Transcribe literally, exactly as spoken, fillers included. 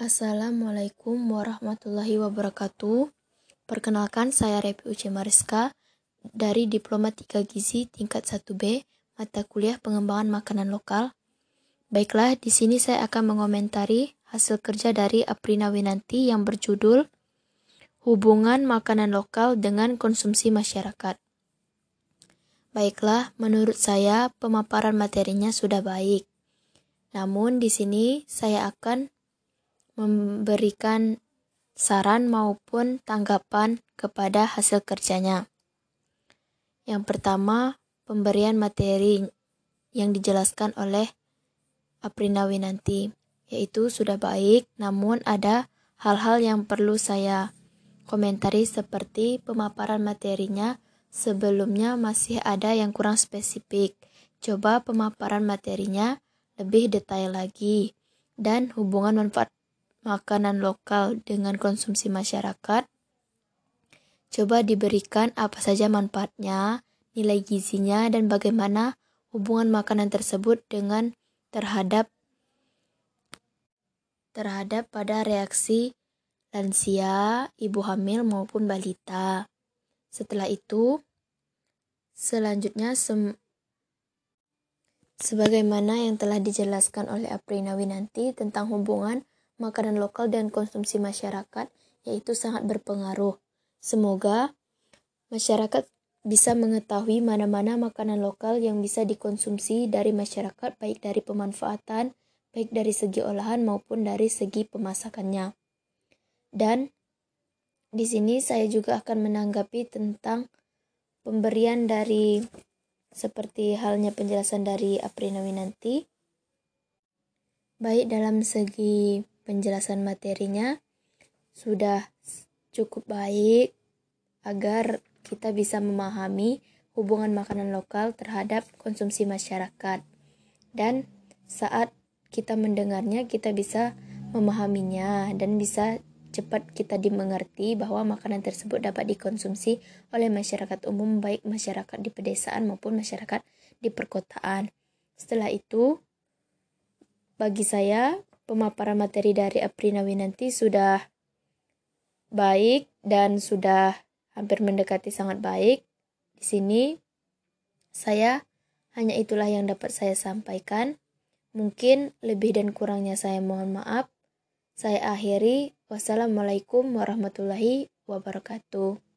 Assalamualaikum warahmatullahi wabarakatuh. Perkenalkan, saya Repi Uce Mariska dari Diploma tiga Gizi tingkat satu B, mata kuliah pengembangan makanan lokal. Baiklah, di sini saya akan mengomentari hasil kerja dari Aprina Winanti yang berjudul Hubungan Makanan Lokal dengan Konsumsi Masyarakat. Baiklah, menurut saya pemaparan materinya sudah baik. Namun di sini saya akan memberikan saran maupun tanggapan kepada hasil kerjanya. Yang pertama, pemberian materi yang dijelaskan oleh Aprina Winanti, yaitu sudah baik, namun ada hal-hal yang perlu saya komentari seperti pemaparan materinya sebelumnya masih ada yang kurang spesifik. Coba pemaparan materinya lebih detail lagi, dan hubungan manfaat makanan lokal dengan konsumsi masyarakat. Coba diberikan apa saja manfaatnya, nilai gizinya, dan bagaimana hubungan makanan tersebut dengan terhadap terhadap pada reaksi lansia, ibu hamil maupun balita. Setelah itu, selanjutnya sem sebagaimana yang telah dijelaskan oleh Aprina Winanti tentang hubungan makanan lokal dan konsumsi masyarakat, yaitu sangat berpengaruh. Semoga masyarakat bisa mengetahui mana-mana makanan lokal yang bisa dikonsumsi dari masyarakat, baik dari pemanfaatan, baik dari segi olahan maupun dari segi pemasakannya. Dan di sini saya juga akan menanggapi tentang pemberian dari seperti halnya penjelasan dari Aprina Winanti, baik dalam segi penjelasan materinya sudah cukup baik agar kita bisa memahami hubungan makanan lokal terhadap konsumsi masyarakat. Dan saat kita mendengarnya, kita bisa memahaminya dan bisa cepat kita dimengerti bahwa makanan tersebut dapat dikonsumsi oleh masyarakat umum, baik masyarakat di pedesaan maupun masyarakat di perkotaan. Setelah itu, bagi saya, pemaparan materi dari Aprina Winanti sudah baik dan sudah hampir mendekati sangat baik. Di sini, saya hanya itulah yang dapat saya sampaikan. Mungkin lebih dan kurangnya saya mohon maaf. Saya akhiri. Wassalamualaikum warahmatullahi wabarakatuh.